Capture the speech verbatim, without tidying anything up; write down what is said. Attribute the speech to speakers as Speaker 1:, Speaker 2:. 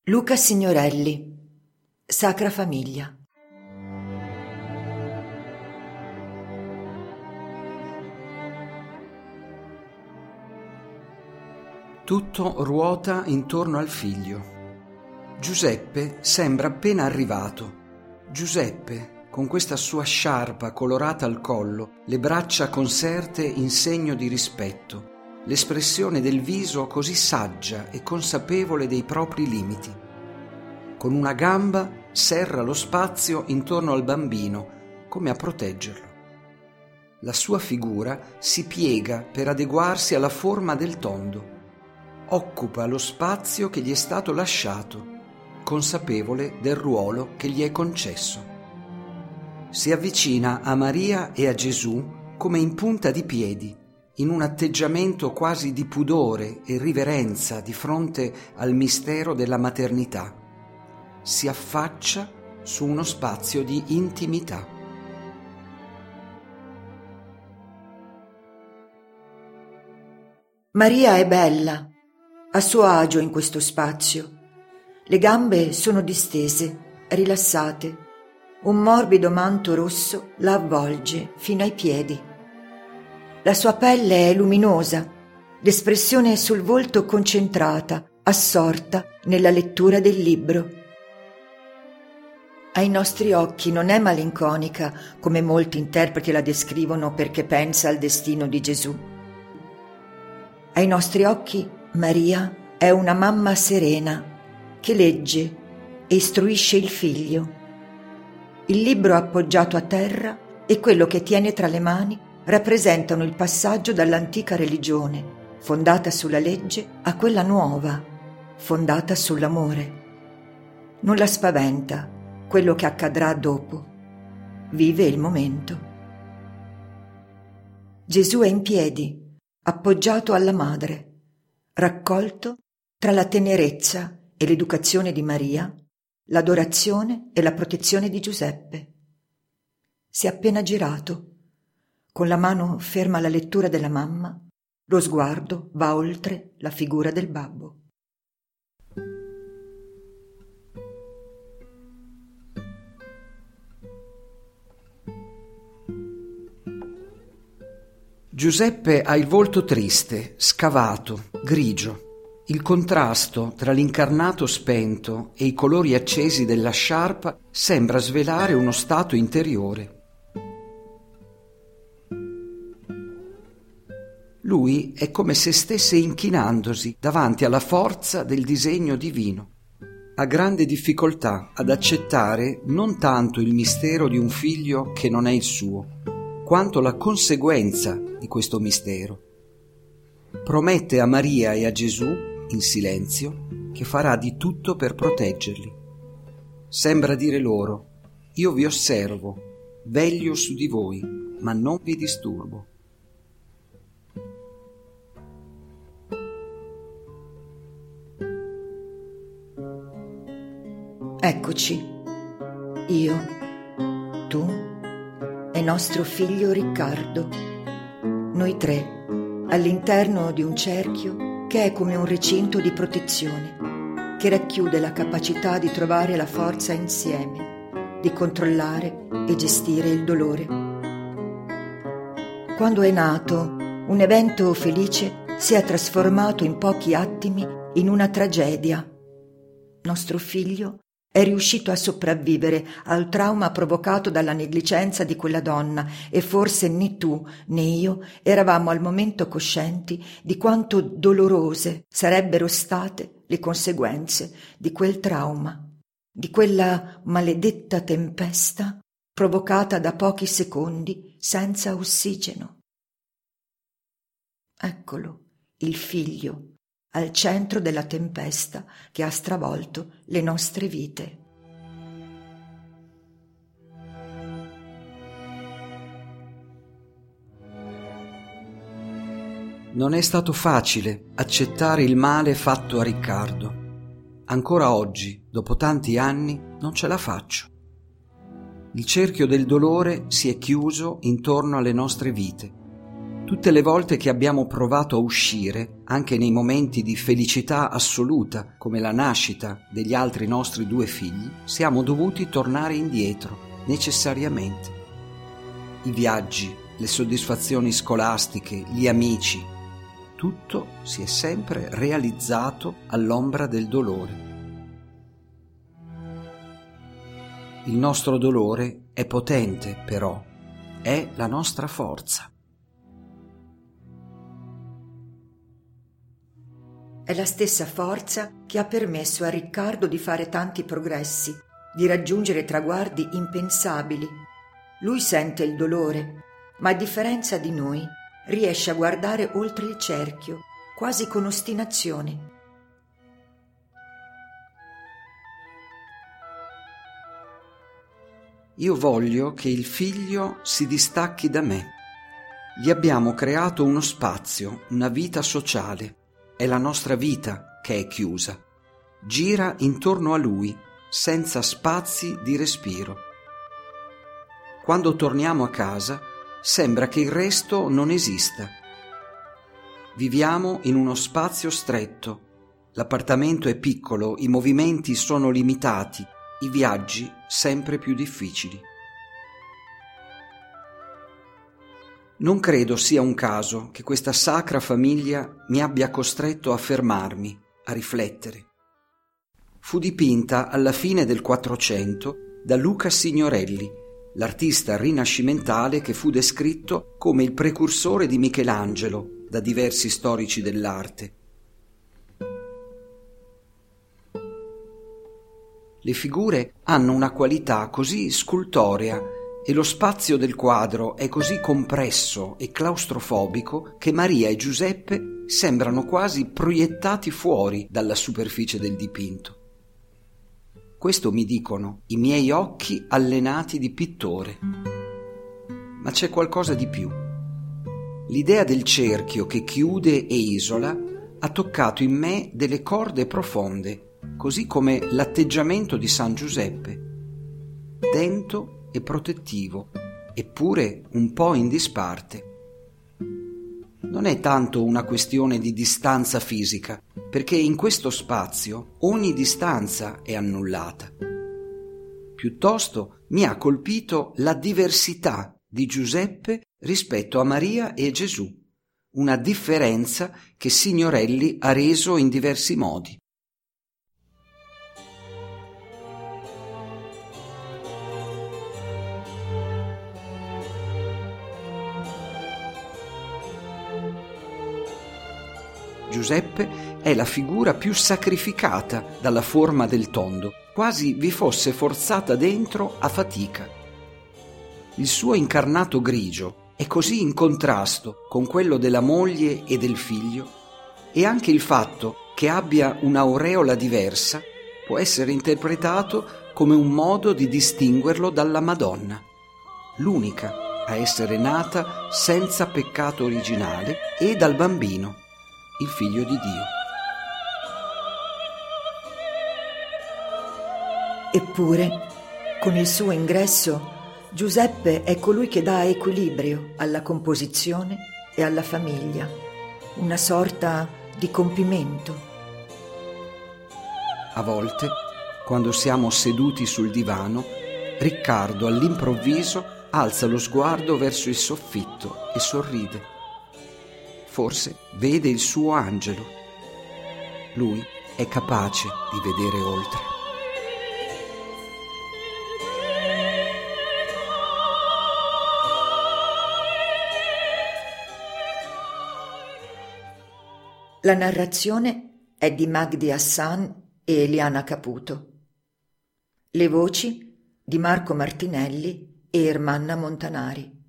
Speaker 1: Luca Signorelli, Sacra Famiglia.
Speaker 2: Tutto ruota intorno al figlio. Giuseppe sembra appena arrivato. Giuseppe, con questa sua sciarpa colorata al collo, le braccia conserte in segno di rispetto, l'espressione del viso così saggia e consapevole dei propri limiti. Con una gamba serra lo spazio intorno al bambino, come a proteggerlo. La sua figura si piega per adeguarsi alla forma del tondo. Occupa lo spazio che gli è stato lasciato, consapevole del ruolo che gli è concesso. Si avvicina a Maria e a Gesù come in punta di piedi, in un atteggiamento quasi di pudore e riverenza di fronte al mistero della maternità. Si affaccia su uno spazio di intimità.
Speaker 1: Maria è bella, a suo agio in questo spazio. Le gambe sono distese, rilassate. Un morbido manto rosso la avvolge fino ai piedi. La sua pelle è luminosa, l'espressione sul volto concentrata, assorta nella lettura del libro. Ai nostri occhi non è malinconica, come molti interpreti la descrivono perché pensa al destino di Gesù. Ai nostri occhi Maria è una mamma serena che legge e istruisce il figlio. Il libro appoggiato a terra e quello che tiene tra le mani rappresentano il passaggio dall'antica religione, fondata sulla legge, a quella nuova, fondata sull'amore. Non la spaventa quello che accadrà dopo. Vive il momento. Gesù è in piedi, appoggiato alla madre, raccolto tra la tenerezza e l'educazione di Maria, l'adorazione e la protezione di Giuseppe. Si è appena girato, con la mano ferma alla lettura della mamma, lo sguardo va oltre la figura del babbo.
Speaker 2: Giuseppe ha il volto triste, scavato, grigio. Il contrasto tra l'incarnato spento e i colori accesi della sciarpa sembra svelare uno stato interiore. Lui è come se stesse inchinandosi davanti alla forza del disegno divino. Ha grande difficoltà ad accettare non tanto il mistero di un figlio che non è il suo, quanto la conseguenza di questo mistero. Promette a Maria e a Gesù, in silenzio, che farà di tutto per proteggerli. Sembra dire loro: io vi osservo, veglio su di voi, ma non vi disturbo.
Speaker 1: Eccoci, io, tu e nostro figlio Riccardo, noi tre, all'interno di un cerchio che è come un recinto di protezione, che racchiude la capacità di trovare la forza insieme, di controllare e gestire il dolore. Quando è nato, un evento felice si è trasformato in pochi attimi in una tragedia. Nostro figlio è riuscito a sopravvivere al trauma provocato dalla negligenza di quella donna e forse né tu né io eravamo al momento coscienti di quanto dolorose sarebbero state le conseguenze di quel trauma, di quella maledetta tempesta provocata da pochi secondi senza ossigeno. Eccolo, il figlio, al centro della tempesta che ha stravolto le nostre vite.
Speaker 2: Non è stato facile accettare il male fatto a Riccardo. Ancora oggi, dopo tanti anni, non ce la faccio. Il cerchio del dolore si è chiuso intorno alle nostre vite. Tutte le volte che abbiamo provato a uscire, anche nei momenti di felicità assoluta, come la nascita degli altri nostri due figli, siamo dovuti tornare indietro, necessariamente. I viaggi, le soddisfazioni scolastiche, gli amici, tutto si è sempre realizzato all'ombra del dolore. Il nostro dolore è potente, però, è la nostra forza.
Speaker 1: È la stessa forza che ha permesso a Riccardo di fare tanti progressi, di raggiungere traguardi impensabili. Lui sente il dolore, ma a differenza di noi riesce a guardare oltre il cerchio, quasi con ostinazione.
Speaker 2: Io voglio che il figlio si distacchi da me. Gli abbiamo creato uno spazio, una vita sociale. È la nostra vita che è chiusa. Gira intorno a lui, senza spazi di respiro. Quando torniamo a casa, sembra che il resto non esista. Viviamo in uno spazio stretto. L'appartamento è piccolo, i movimenti sono limitati, i viaggi sempre più difficili. Non credo sia un caso che questa sacra famiglia mi abbia costretto a fermarmi, a riflettere. Fu dipinta alla fine del Quattrocento da Luca Signorelli, l'artista rinascimentale che fu descritto come il precursore di Michelangelo da diversi storici dell'arte. Le figure hanno una qualità così scultorea e lo spazio del quadro è così compresso e claustrofobico che Maria e Giuseppe sembrano quasi proiettati fuori dalla superficie del dipinto. Questo mi dicono i miei occhi allenati di pittore. Ma c'è qualcosa di più. L'idea del cerchio che chiude e isola ha toccato in me delle corde profonde, così come l'atteggiamento di San Giuseppe, attento e protettivo, eppure un po' in disparte. Non è tanto una questione di distanza fisica, perché in questo spazio ogni distanza è annullata. Piuttosto mi ha colpito la diversità di Giuseppe rispetto a Maria e Gesù, una differenza che Signorelli ha reso in diversi modi. Giuseppe è la figura più sacrificata dalla forma del tondo, quasi vi fosse forzata dentro a fatica. Il suo incarnato grigio è così in contrasto con quello della moglie e del figlio, e anche il fatto che abbia un'aureola diversa può essere interpretato come un modo di distinguerlo dalla Madonna, l'unica a essere nata senza peccato originale, e dal bambino, il figlio di Dio.
Speaker 1: Eppure, con il suo ingresso, Giuseppe è colui che dà equilibrio alla composizione e alla famiglia, una sorta di compimento.
Speaker 2: A volte, quando siamo seduti sul divano, Riccardo all'improvviso alza lo sguardo verso il soffitto e sorride. Forse vede il suo angelo. Lui è capace di vedere oltre.
Speaker 1: La narrazione è di Magdi Hassan e Eliana Caputo. Le voci di Marco Martinelli e Ermanna Montanari.